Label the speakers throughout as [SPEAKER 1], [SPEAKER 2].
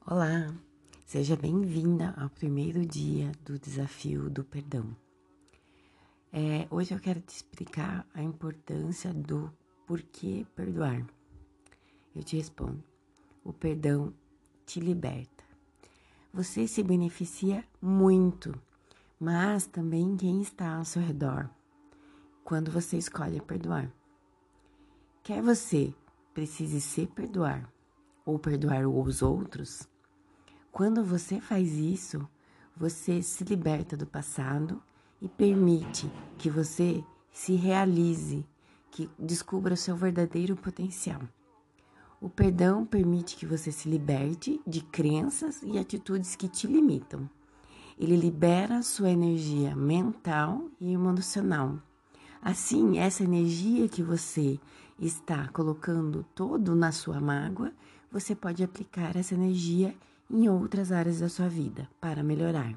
[SPEAKER 1] Olá, seja bem-vinda ao primeiro dia do desafio do perdão. Hoje eu quero te explicar a importância do porquê perdoar. Eu te respondo, o perdão te liberta. Você se beneficia muito, mas também quem está ao seu redor, quando você escolhe perdoar. Quer você precise se perdoar ou perdoar os outros, quando você faz isso, você se liberta do passado e permite que você se realize, que descubra o seu verdadeiro potencial. O perdão permite que você se liberte de crenças e atitudes que te limitam. Ele libera a sua energia mental e emocional. Assim, essa energia que você está colocando todo na sua mágoa, você pode aplicar essa energia em outras áreas da sua vida para melhorar.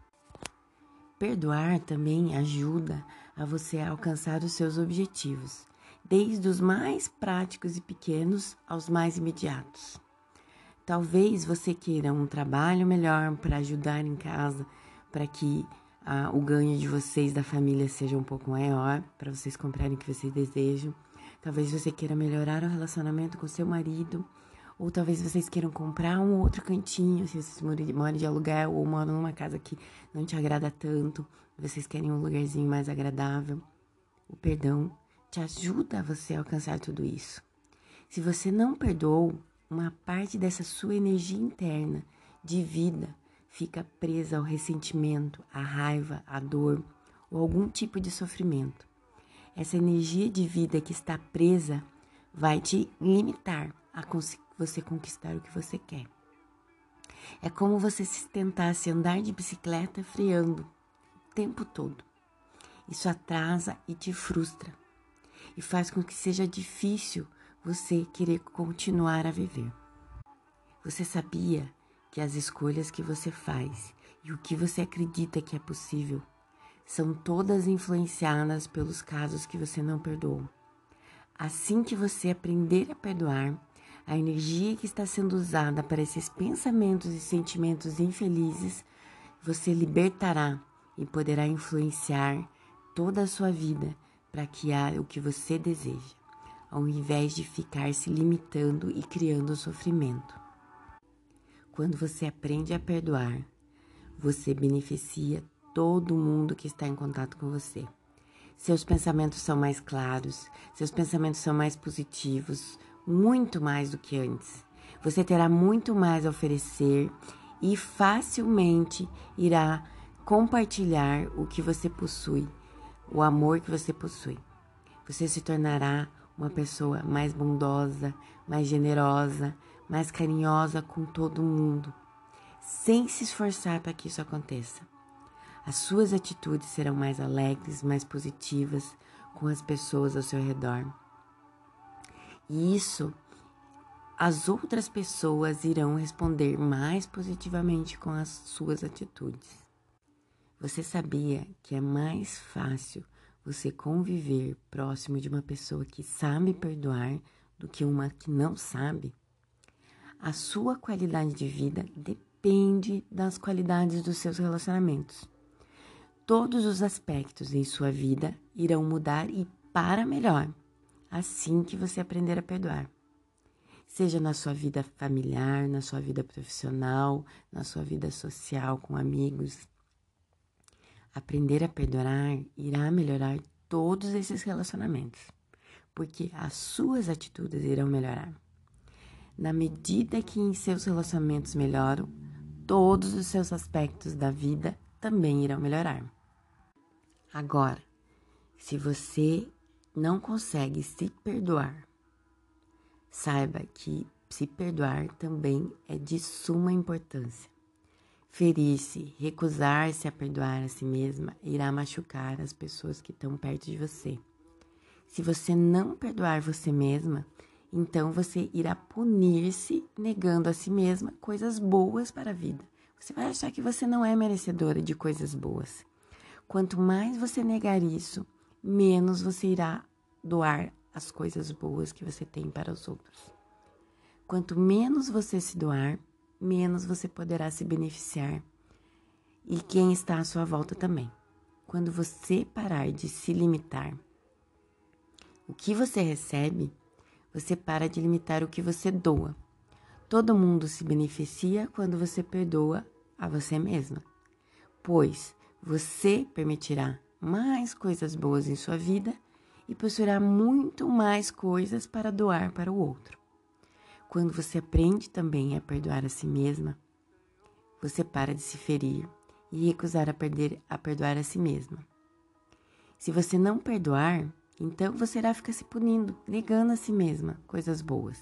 [SPEAKER 1] Perdoar também ajuda a você a alcançar os seus objetivos, desde os mais práticos e pequenos aos mais imediatos. Talvez você queira um trabalho melhor para ajudar em casa, para que o ganho de vocês da família seja um pouco maior, para vocês comprarem o que vocês desejam. Talvez você queira melhorar o relacionamento com seu marido, ou talvez vocês queiram comprar um outro cantinho, se vocês moram de aluguel ou moram numa casa que não te agrada tanto, vocês querem um lugarzinho mais agradável. O perdão te ajuda a você a alcançar tudo isso. Se você não perdoou, uma parte dessa sua energia interna de vida fica presa ao ressentimento, à raiva, à dor ou algum tipo de sofrimento. Essa energia de vida que está presa vai te limitar a você conquistar o que você quer. É como você se tentasse andar de bicicleta freando o tempo todo. Isso atrasa e te frustra e faz com que seja difícil você querer continuar a viver. Você sabia que as escolhas que você faz e o que você acredita que é possível são todas influenciadas pelos casos que você não perdoou? Assim que você aprender a perdoar, a energia que está sendo usada para esses pensamentos e sentimentos infelizes, você libertará e poderá influenciar toda a sua vida para criar o que você deseja, ao invés de ficar se limitando e criando sofrimento. Quando você aprende a perdoar, você beneficia todo mundo que está em contato com você. Seus pensamentos são mais claros, seus pensamentos são mais positivos, muito mais do que antes. Você terá muito mais a oferecer e facilmente irá compartilhar o que você possui, o amor que você possui. Você se tornará uma pessoa mais bondosa, mais generosa, mais carinhosa com todo mundo, sem se esforçar para que isso aconteça. As suas atitudes serão mais alegres, mais positivas com as pessoas ao seu redor. E isso, as outras pessoas irão responder mais positivamente com as suas atitudes. Você sabia que é mais fácil você conviver próximo de uma pessoa que sabe perdoar do que uma que não sabe? A sua qualidade de vida depende das qualidades dos seus relacionamentos. Todos os aspectos em sua vida irão mudar e para melhor, assim que você aprender a perdoar. Seja na sua vida familiar, na sua vida profissional, na sua vida social com amigos. Aprender a perdoar irá melhorar todos esses relacionamentos, porque as suas atitudes irão melhorar. Na medida que em seus relacionamentos melhoram, todos os seus aspectos da vida também irão melhorar. Agora, se você não consegue se perdoar, saiba que se perdoar também é de suma importância. Ferir-se, recusar-se a perdoar a si mesma irá machucar as pessoas que estão perto de você. Se você não perdoar você mesma, então você irá punir-se negando a si mesma coisas boas para a vida. Você vai achar que você não é merecedora de coisas boas. Quanto mais você negar isso, menos você irá doar as coisas boas que você tem para os outros. Quanto menos você se doar, menos você poderá se beneficiar e quem está à sua volta também. Quando você parar de se limitar o que você recebe, você para de limitar o que você doa. Todo mundo se beneficia quando você perdoa a você mesma, pois você permitirá mais coisas boas em sua vida e possuirá muito mais coisas para doar para o outro. Quando você aprende também a perdoar a si mesma, você para de se ferir e recusar a perdoar a si mesma. Se você não perdoar, então você irá ficar se punindo, negando a si mesma coisas boas.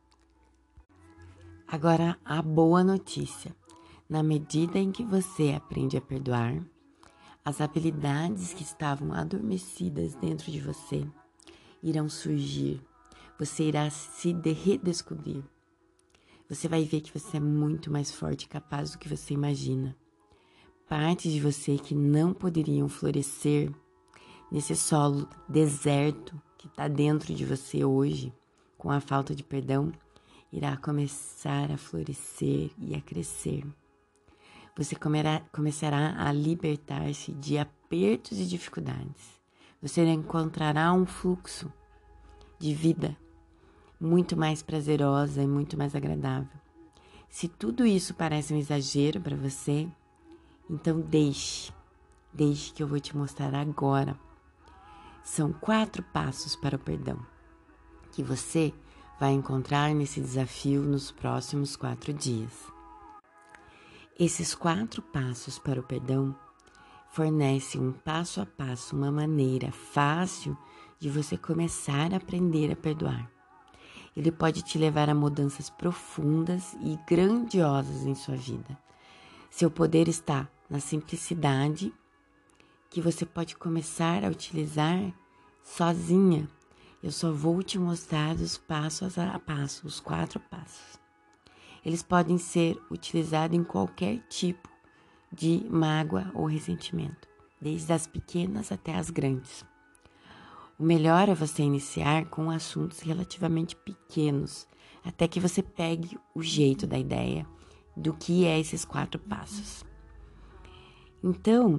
[SPEAKER 1] Agora, a boa notícia. Na medida em que você aprende a perdoar, as habilidades que estavam adormecidas dentro de você irão surgir. Você irá se redescobrir. Você vai ver que você é muito mais forte e capaz do que você imagina. Partes de você que não poderiam florescer nesse solo deserto que está dentro de você hoje, com a falta de perdão, irá começar a florescer e a crescer. Você começará a libertar-se de apertos e dificuldades. Você encontrará um fluxo de vida muito mais prazerosa e muito mais agradável. Se tudo isso parece um exagero para você, então deixe que eu vou te mostrar agora. São 4 passos para o perdão que você vai encontrar nesse desafio nos próximos 4 dias. Esses 4 passos para o perdão fornecem um passo a passo, uma maneira fácil de você começar a aprender a perdoar. Ele pode te levar a mudanças profundas e grandiosas em sua vida. Seu poder está na simplicidade que você pode começar a utilizar sozinha. Eu só vou te mostrar os passos a passo, os 4 passos. Eles podem ser utilizados em qualquer tipo de mágoa ou ressentimento, desde as pequenas até as grandes. O melhor é você iniciar com assuntos relativamente pequenos, até que você pegue o jeito da ideia do que é esses 4 passos. Então,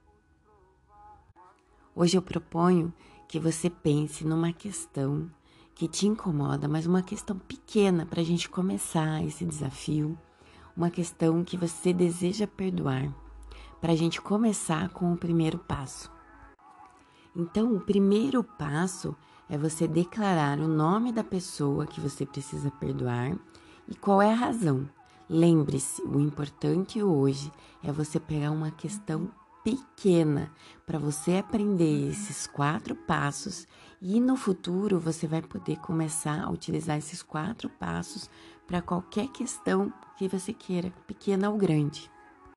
[SPEAKER 1] hoje eu proponho que você pense numa questão que te incomoda, mas uma questão pequena para a gente começar esse desafio, uma questão que você deseja perdoar, para a gente começar com o primeiro passo. Então, o primeiro passo é você declarar o nome da pessoa que você precisa perdoar e qual é a razão. Lembre-se, o importante hoje é você pegar uma questão pequena para você aprender esses 4 passos e no futuro você vai poder começar a utilizar esses 4 passos para qualquer questão que você queira, pequena ou grande.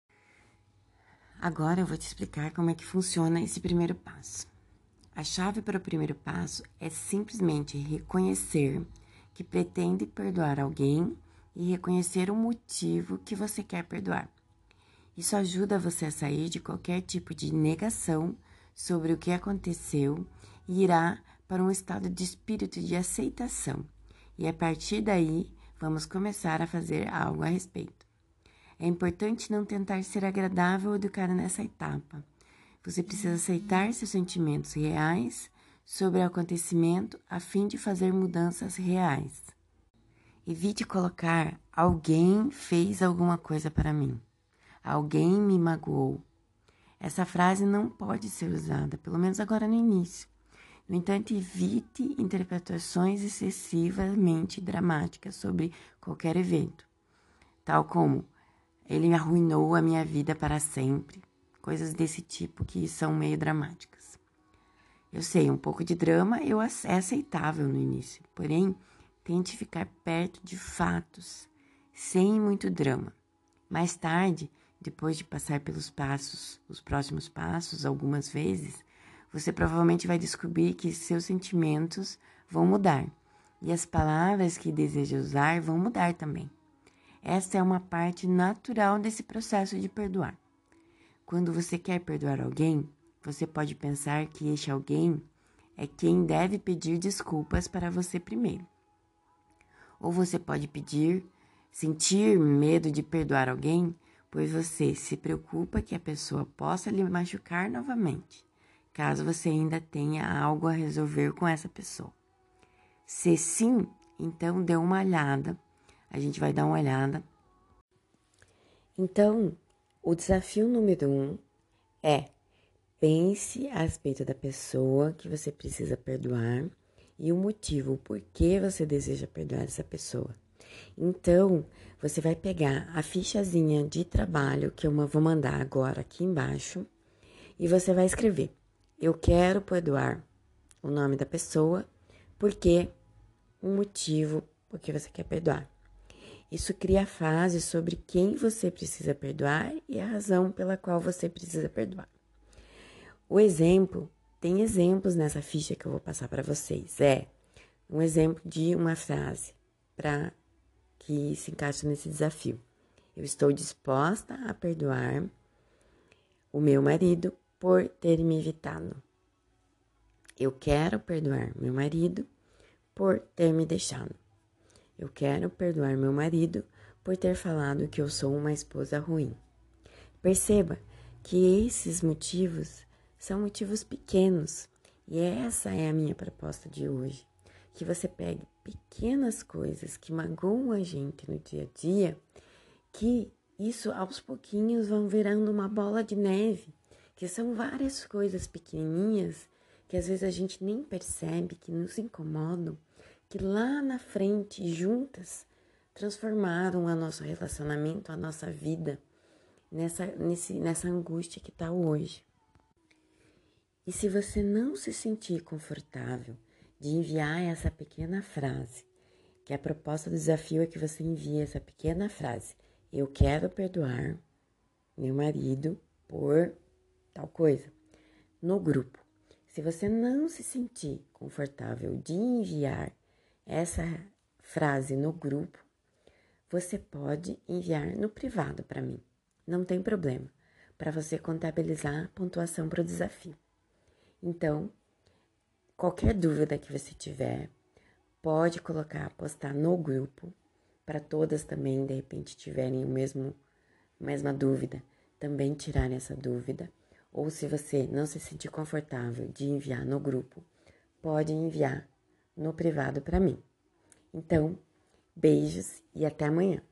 [SPEAKER 1] Agora eu vou te explicar como é que funciona esse primeiro passo. A chave para o primeiro passo é simplesmente reconhecer que pretende perdoar alguém e reconhecer o motivo que você quer perdoar. Isso ajuda você a sair de qualquer tipo de negação sobre o que aconteceu e irá para um estado de espírito de aceitação. E a partir daí, vamos começar a fazer algo a respeito. É importante não tentar ser agradável ou educada nessa etapa. Você precisa aceitar seus sentimentos reais sobre o acontecimento a fim de fazer mudanças reais. Evite colocar alguém fez alguma coisa para mim. Alguém me magoou. Essa frase não pode ser usada, pelo menos agora no início. No entanto, evite interpretações excessivamente dramáticas sobre qualquer evento, tal como ele arruinou a minha vida para sempre, coisas desse tipo que são meio dramáticas. Eu sei, um pouco de drama é aceitável no início, porém, tente ficar perto de fatos, sem muito drama. Mais tarde, depois de passar pelos passos, os próximos passos, algumas vezes, você provavelmente vai descobrir que seus sentimentos vão mudar e as palavras que deseja usar vão mudar também. Essa é uma parte natural desse processo de perdoar. Quando você quer perdoar alguém, você pode pensar que este alguém é quem deve pedir desculpas para você primeiro. Ou você pode pedir sentir medo de perdoar alguém, pois você se preocupa que a pessoa possa lhe machucar novamente, caso você ainda tenha algo a resolver com essa pessoa. Se sim, então dê uma olhada. A gente vai dar uma olhada. Então, o desafio número 1 é: pense a respeito da pessoa que você precisa perdoar e o motivo, o porquê você deseja perdoar essa pessoa. Então, você vai pegar a fichazinha de trabalho que eu vou mandar agora aqui embaixo e você vai escrever: eu quero perdoar o nome da pessoa, porque o motivo por que você quer perdoar. Isso cria a frase sobre quem você precisa perdoar e a razão pela qual você precisa perdoar. O exemplo, tem exemplos nessa ficha que eu vou passar para vocês. É um exemplo de uma frase para que se encaixa nesse desafio. Eu estou disposta a perdoar o meu marido por ter me evitado. Eu quero perdoar meu marido por ter me deixado. Eu quero perdoar meu marido por ter falado que eu sou uma esposa ruim. Perceba que esses motivos são motivos pequenos e essa é a minha proposta de hoje. Que você pegue pequenas coisas que magoam a gente no dia a dia, que isso aos pouquinhos vão virando uma bola de neve, que são várias coisas pequenininhas que às vezes a gente nem percebe, que nos incomodam, que lá na frente, juntas, transformaram o nosso relacionamento, a nossa vida, nessa angústia que está hoje. E se você não se sentir confortável de enviar essa pequena frase, que a proposta do desafio é que você envie essa pequena frase: eu quero perdoar meu marido por tal coisa, no grupo. Se você não se sentir confortável de enviar essa frase no grupo, você pode enviar no privado para mim. Não tem problema, para você contabilizar a pontuação para o desafio. Então, qualquer dúvida que você tiver, pode postar no grupo, para todas também, de repente, tiverem mesma dúvida, também tirarem essa dúvida. Ou se você não se sentir confortável de enviar no grupo, pode enviar no privado para mim. Então, beijos e até amanhã.